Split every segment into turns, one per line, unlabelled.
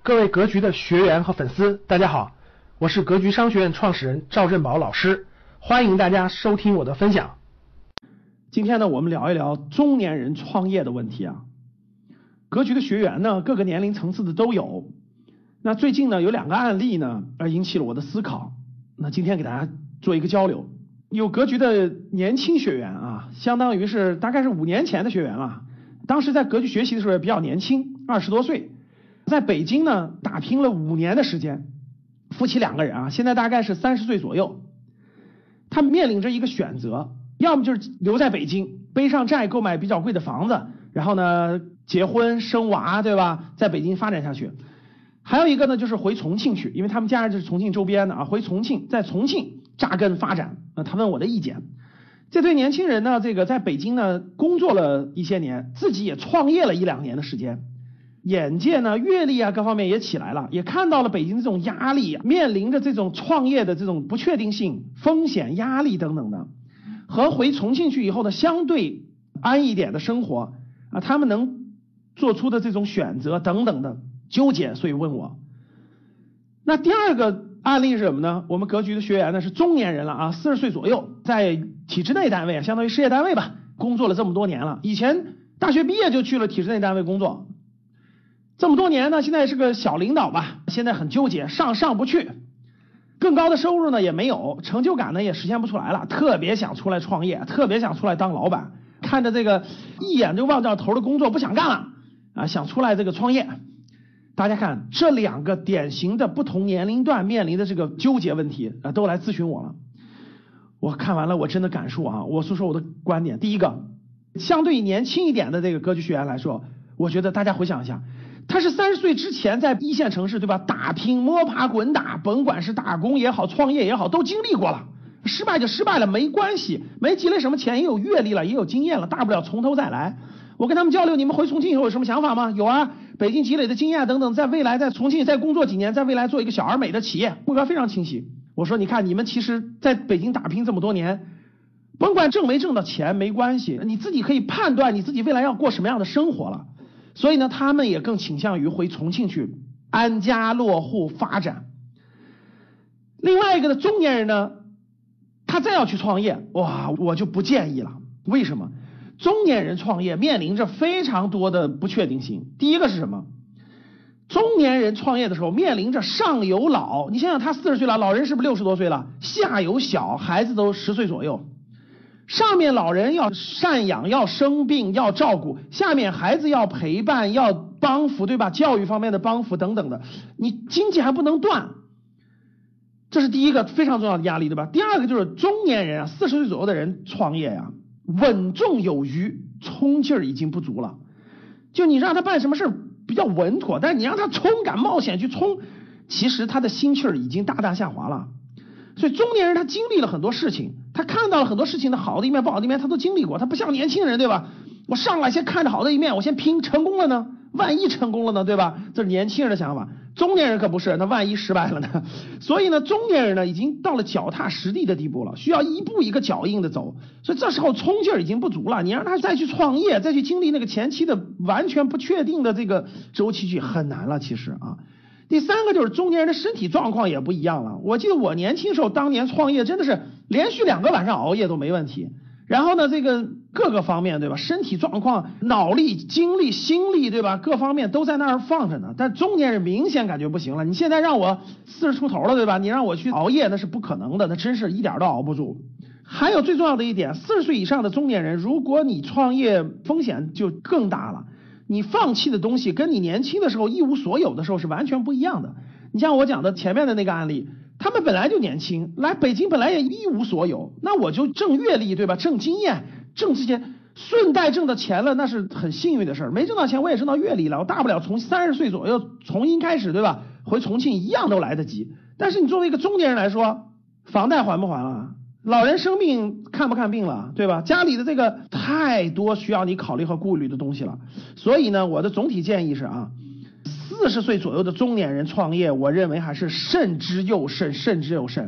各位格局的学员和粉丝，大家好，我是格局商学院创始人赵振宝老师，欢迎大家收听我的分享。今天呢，我们聊一聊中年人创业的问题啊。格局的学员呢，各个年龄层次的都有。那最近呢，有2个案例呢，引起了我的思考。那今天给大家做一个交流。有格局的年轻学员啊，相当于是大概是5年前的学员了。当时在格局学习的时候也比较年轻，20多岁。在北京呢打拼了5年的时间，夫妻2个人啊，现在大概是30岁左右。他们面临着一个选择，要么就是留在北京，背上债购买比较贵的房子，然后呢结婚生娃，对吧，在北京发展下去。还有一个呢就是回重庆去，因为他们家人就是重庆周边的啊，回重庆，在重庆扎根发展。他问我的意见。这对年轻人呢，这个在北京呢工作了一些年，自己也创业了1-2年的时间，眼界呢阅历啊各方面也起来了，也看到了北京这种压力，面临着这种创业的这种不确定性、风险、压力等等的，和回重庆去以后的相对安一点的生活啊，他们能做出的这种选择等等的纠结，所以问我。那第2个案例是什么呢？我们格局的学员呢是中年人了啊，40岁左右，在体制内单位，相当于事业单位吧，工作了这么多年了。以前大学毕业就去了体制内单位工作，这么多年呢，现在是个小领导吧，现在很纠结，上不去，更高的收入呢也没有，成就感呢也实现不出来了，特别想出来创业，特别想出来当老板，看着这个一眼就望到头的工作不想干了啊，想出来这个创业。大家看这2个典型的不同年龄段面临的这个纠结问题啊，都来咨询我了。我看完了，我真的感触啊，我说说我的观点。第一个，相对年轻一点的这个格局学员来说，我觉得大家回想一下，他是30岁之前在1线城市，对吧，打拼摸爬滚打，甭管是打工也好创业也好都经历过了，失败就失败了没关系，没积累什么钱也有阅历了也有经验了，大不了从头再来。我跟他们交流，你们回重庆以后有什么想法吗？有啊，北京积累的经验等等，在未来在重庆再工作几年，在未来做一个小而美的企业，目标非常清晰。我说你看你们其实在北京打拼这么多年，甭管挣没挣到钱没关系，你自己可以判断你自己未来要过什么样的生活了。所以呢，他们也更倾向于回重庆去安家落户发展。另外一个的中年人呢，他再要去创业，哇，我就不建议了。为什么？中年人创业面临着非常多的不确定性。第一个是什么？中年人创业的时候面临着上有老，你想想他40岁了，老人是不是60多岁了？下有小，孩子都10岁左右。上面老人要赡养，要生病，要照顾，下面孩子要陪伴，要帮扶，对吧？教育方面的帮扶等等的，你经济还不能断，这是第一个非常重要的压力，对吧？第2个就是中年人啊，40岁左右的人创业啊，稳重有余，冲劲儿已经不足了。就你让他办什么事比较稳妥，但是你让他冲敢冒险去冲，其实他的心气儿已经大大下滑了。所以中年人他经历了很多事情，他看到了很多事情的好的一面不好的一面他都经历过，他不像年轻人，对吧？我上来先看着好的一面，我先拼，成功了呢，万一成功了呢，对吧？这是年轻人的想法。中年人可不是，那万一失败了呢？所以呢，中年人呢已经到了脚踏实地的地步了，需要一步一个脚印的走，所以这时候冲劲儿已经不足了，你让他再去创业，再去经历那个前期的完全不确定的这个周期去很难了，其实啊。第3个就是中年人的身体状况也不一样了。我记得我年轻时候当年创业真的是连续2个晚上熬夜都没问题，然后呢这个各个方面，对吧，身体状况、脑力、精力、心力，对吧，各方面都在那儿放着呢。但中年人明显感觉不行了，你现在让我40出头了，对吧，你让我去熬夜那是不可能的，那真是一点都熬不住。还有最重要的一点，40岁以上的中年人，如果你创业风险就更大了，你放弃的东西跟你年轻的时候一无所有的时候是完全不一样的。你像我讲的前面的那个案例，他们本来就年轻，来北京本来也一无所有，那我就挣阅历，对吧，挣经验，挣这些，顺带挣到钱了，那是很幸运的事儿。没挣到钱我也挣到阅历了，我大不了从30岁左右重新开始，对吧，回重庆一样都来得及。但是你作为一个中年人来说，房贷还不还了？老人生病看不看病了，对吧？家里的这个太多需要你考虑和顾虑的东西了。所以呢，我的总体建议是啊，40岁左右的中年人创业，我认为还是慎之又慎，慎之又慎。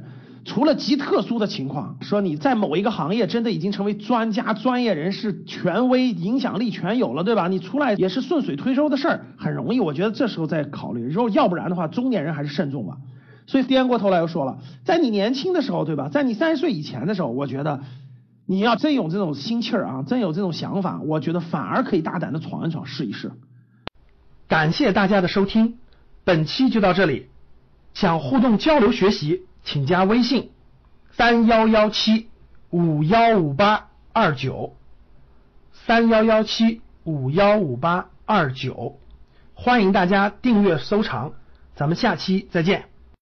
除了极特殊的情况，说你在某一个行业真的已经成为专家、专业人士、权威、影响力全有了，对吧？你出来也是顺水推舟的事儿，很容易。我觉得这时候再考虑，要不然的话，中年人还是慎重吧。所以颠过头来又说了，在你年轻的时候，对吧？在你30岁以前的时候，我觉得你要真有这种心气儿啊，真有这种想法，我觉得反而可以大胆的闯一闯，试一试。感谢大家的收听，本期就到这里。想互动交流学习，请加微信3117-515829，3117-515829，欢迎大家订阅收藏，咱们下期再见。